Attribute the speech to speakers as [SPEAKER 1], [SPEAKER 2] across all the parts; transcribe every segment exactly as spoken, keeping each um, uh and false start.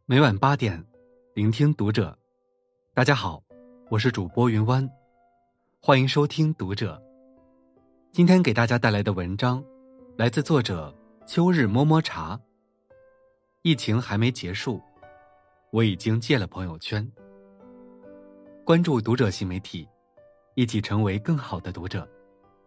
[SPEAKER 1] 每晚八点，聆听读者。大家好，我是主播云湾，欢迎收听读者。今天给大家带来的文章来自作者秋日摸摸茶。疫情还没结束，我已经戒了朋友圈。关注读者新媒体，一起成为更好的读者。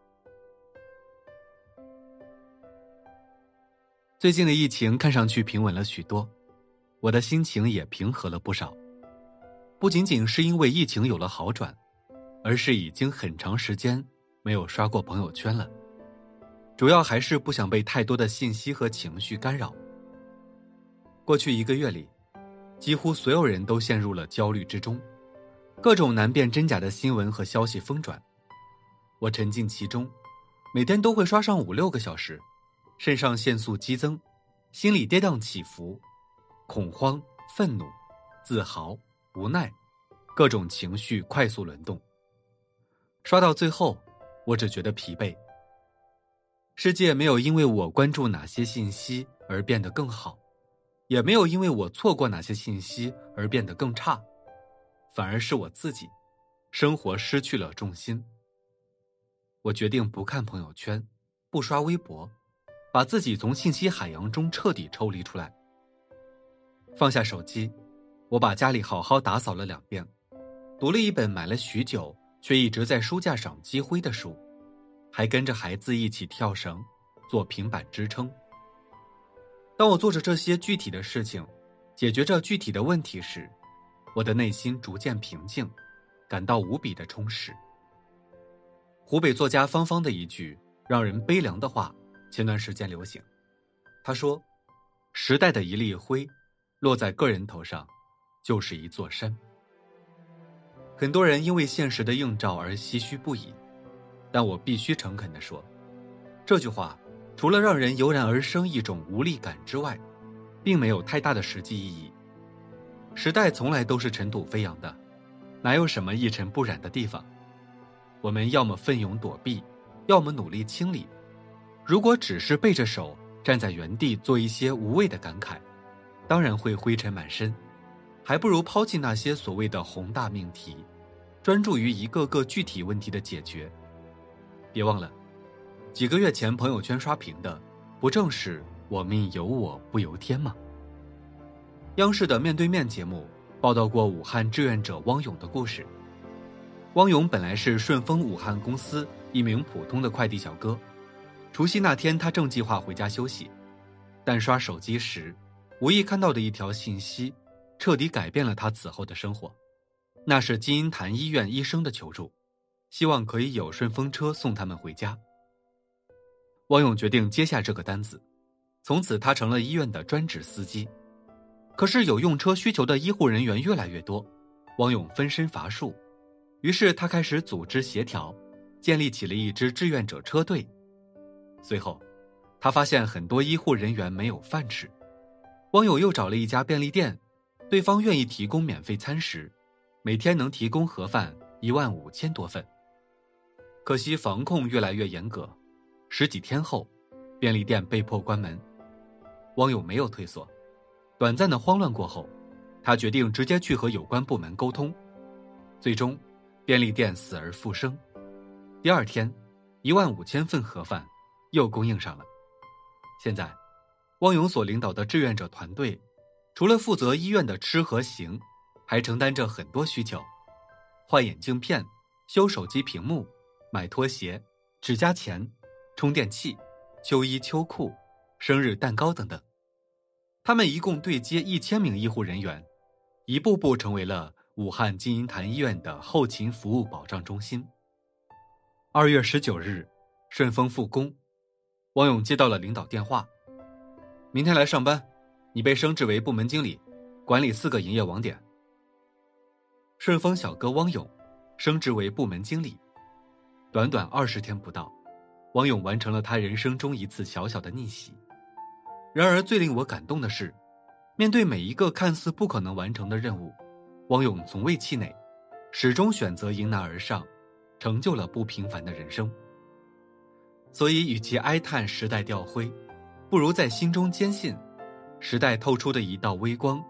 [SPEAKER 1] 最近的疫情看上去平稳了许多，我的心情也平和了不少。不仅仅是因为疫情有了好转，而是已经很长时间没有刷过朋友圈了。主要还是不想被太多的信息和情绪干扰。过去一个月里，几乎所有人都陷入了焦虑之中，各种难辨真假的新闻和消息疯转。我沉浸其中，每天都会刷上五六个小时，肾上腺素激增，心里跌宕起伏，恐慌、愤怒、自豪、无奈，各种情绪快速轮动。刷到最后，我只觉得疲惫。世界没有因为我关注哪些信息而变得更好，也没有因为我错过哪些信息而变得更差，反而是我自己，生活失去了重心。我决定不看朋友圈，不刷微博，把自己从信息海洋中彻底抽离出来。放下手机，我把家里好好打扫了两遍，读了一本买了许久却一直在书架上积灰的书，还跟着孩子一起跳绳，做平板支撑。当我做着这些具体的事情，解决着具体的问题时，我的内心逐渐平静，感到无比的充实。湖北作家芳芳的一句让人悲凉的话前段时间流行，他说，时代的一粒灰落在个人头上就是一座山。很多人因为现实的映照而唏嘘不已，但我必须诚恳地说，这句话除了让人油然而生一种无力感之外，并没有太大的实际意义。时代从来都是尘土飞扬的，哪有什么一尘不染的地方？我们要么奋勇躲避，要么努力清理。如果只是背着手站在原地做一些无谓的感慨，当然会灰尘满身，还不如抛弃那些所谓的宏大命题，专注于一个个具体问题的解决。别忘了，几个月前朋友圈刷屏的，不正是我命由我不由天吗？央视的面对面节目报道过武汉志愿者汪勇的故事。汪勇本来是顺丰武汉公司一名普通的快递小哥，除夕那天他正计划回家休息，但刷手机时无意看到的一条信息彻底改变了他此后的生活。那是金银潭医院医生的求助，希望可以有顺风车送他们回家。汪勇决定接下这个单子，从此他成了医院的专职司机。可是有用车需求的医护人员越来越多，汪勇分身乏术，于是他开始组织协调，建立起了一支志愿者车队。随后他发现很多医护人员没有饭吃，汪勇又找了一家便利店，对方愿意提供免费餐食，每天能提供盒饭一万五千多份。可惜防控越来越严格，十几天后，便利店被迫关门。汪勇没有退缩，短暂的慌乱过后，他决定直接去和有关部门沟通。最终，便利店死而复生。第二天，一万五千份盒饭又供应上了。现在，汪勇所领导的志愿者团队，除了负责医院的吃和行，还承担着很多需求，换眼镜片、修手机屏幕、买拖鞋、指甲钳、充电器、秋衣秋裤、生日蛋糕等等。他们一共对接一千名医护人员，一步步成为了武汉金银潭医院的后勤服务保障中心。二月十九日，顺丰复工，汪勇接到了领导电话，明天来上班，你被升职为部门经理，管理四个营业网点。顺丰小哥汪勇升职为部门经理，短短二十天不到，汪勇完成了他人生中一次小小的逆袭。然而最令我感动的是，面对每一个看似不可能完成的任务，汪勇从未气馁，始终选择迎难而上，成就了不平凡的人生。所以与其哀叹时代掉灰，不如在心中坚信，时代透出的一道微光，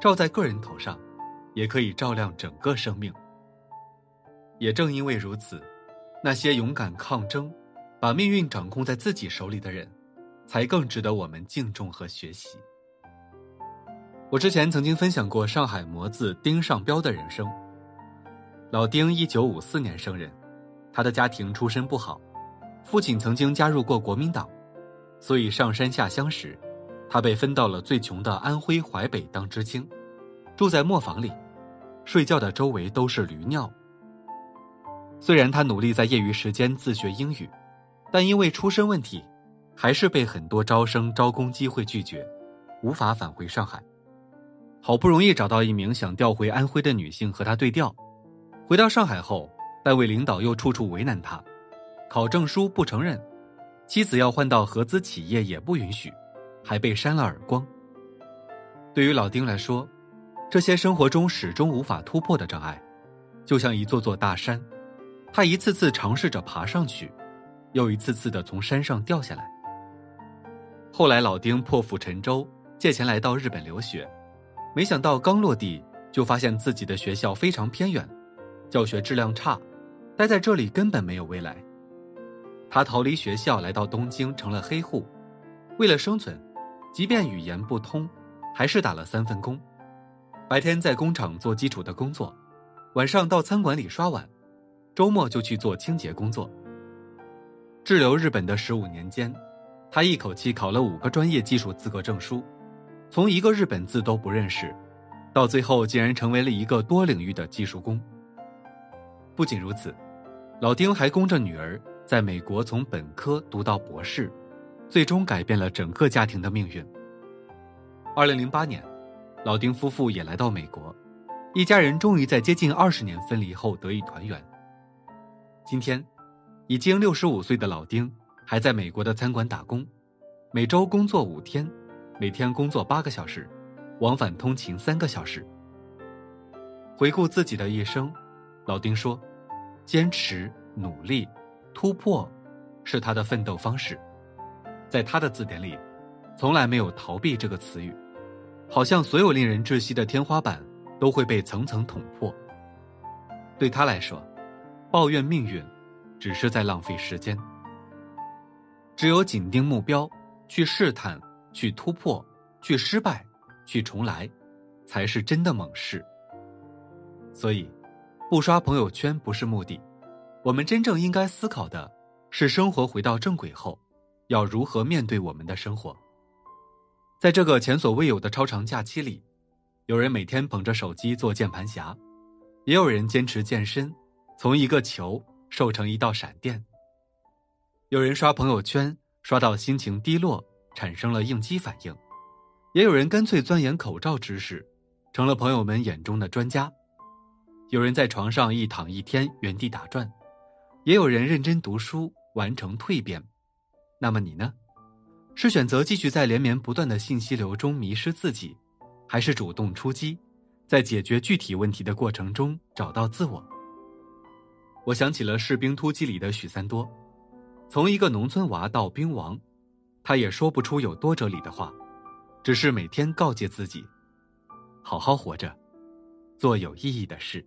[SPEAKER 1] 照在个人头上，也可以照亮整个生命。也正因为如此，那些勇敢抗争，把命运掌控在自己手里的人，才更值得我们敬重和学习。我之前曾经分享过上海模子丁尚彪的人生。老丁一九五四年生人，他的家庭出身不好，父亲曾经加入过国民党，所以上山下乡时，他被分到了最穷的安徽淮北当知青，住在磨坊里，睡觉的周围都是驴尿。虽然他努力在业余时间自学英语，但因为出身问题，还是被很多招生招工机会拒绝，无法返回上海。好不容易找到一名想调回安徽的女性和他对调，回到上海后，单位领导又处处为难他，考证书不承认，妻子要换到合资企业也不允许，还被扇了耳光。对于老丁来说，这些生活中始终无法突破的障碍，就像一座座大山，他一次次尝试着爬上去，又一次次地从山上掉下来。后来老丁破釜沉舟，借钱来到日本留学，没想到刚落地就发现自己的学校非常偏远，教学质量差，待在这里根本没有未来。他逃离学校来到东京，成了黑户。为了生存，即便语言不通，还是打了三份工，白天在工厂做基础的工作，晚上到餐馆里刷碗，周末就去做清洁工作。滞留日本的十五年间，他一口气考了五个专业技术资格证书，从一个日本字都不认识，到最后竟然成为了一个多领域的技术工。不仅如此，老丁还供着女儿在美国从本科读到博士，最终改变了整个家庭的命运。二零零八年，老丁夫妇也来到美国，一家人终于在接近二十年分离后得以团圆。今天，已经六十五岁的老丁还在美国的餐馆打工，每周工作五天，每天工作八个小时，往返通勤三个小时。回顾自己的一生，老丁说，坚持、努力、突破是他的奋斗方式。在他的字典里，从来没有逃避这个词语，好像所有令人窒息的天花板都会被层层捅破。对他来说，抱怨命运只是在浪费时间。只有紧盯目标，去试探，去突破，去失败，去重来，才是真的猛士。所以，不刷朋友圈不是目的，我们真正应该思考的是，生活回到正轨后，要如何面对我们的生活。在这个前所未有的超长假期里，有人每天捧着手机做键盘侠，也有人坚持健身，从一个球瘦成一道闪电。有人刷朋友圈，刷到心情低落，产生了应激反应，也有人干脆钻研口罩知识，成了朋友们眼中的专家。有人在床上一躺一天，原地打转，也有人认真读书，完成蜕变。那么你呢？是选择继续在连绵不断的信息流中迷失自己，还是主动出击，在解决具体问题的过程中找到自我？我想起了《士兵突击》里的许三多，从一个农村娃到兵王，他也说不出有多哲理的话，只是每天告诫自己，好好活着，做有意义的事。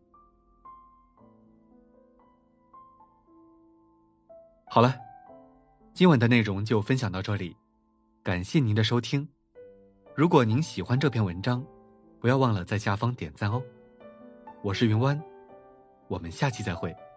[SPEAKER 1] 好了，今晚的内容就分享到这里，感谢您的收听。如果您喜欢这篇文章，不要忘了在下方点赞哦。我是云湾，我们下期再会。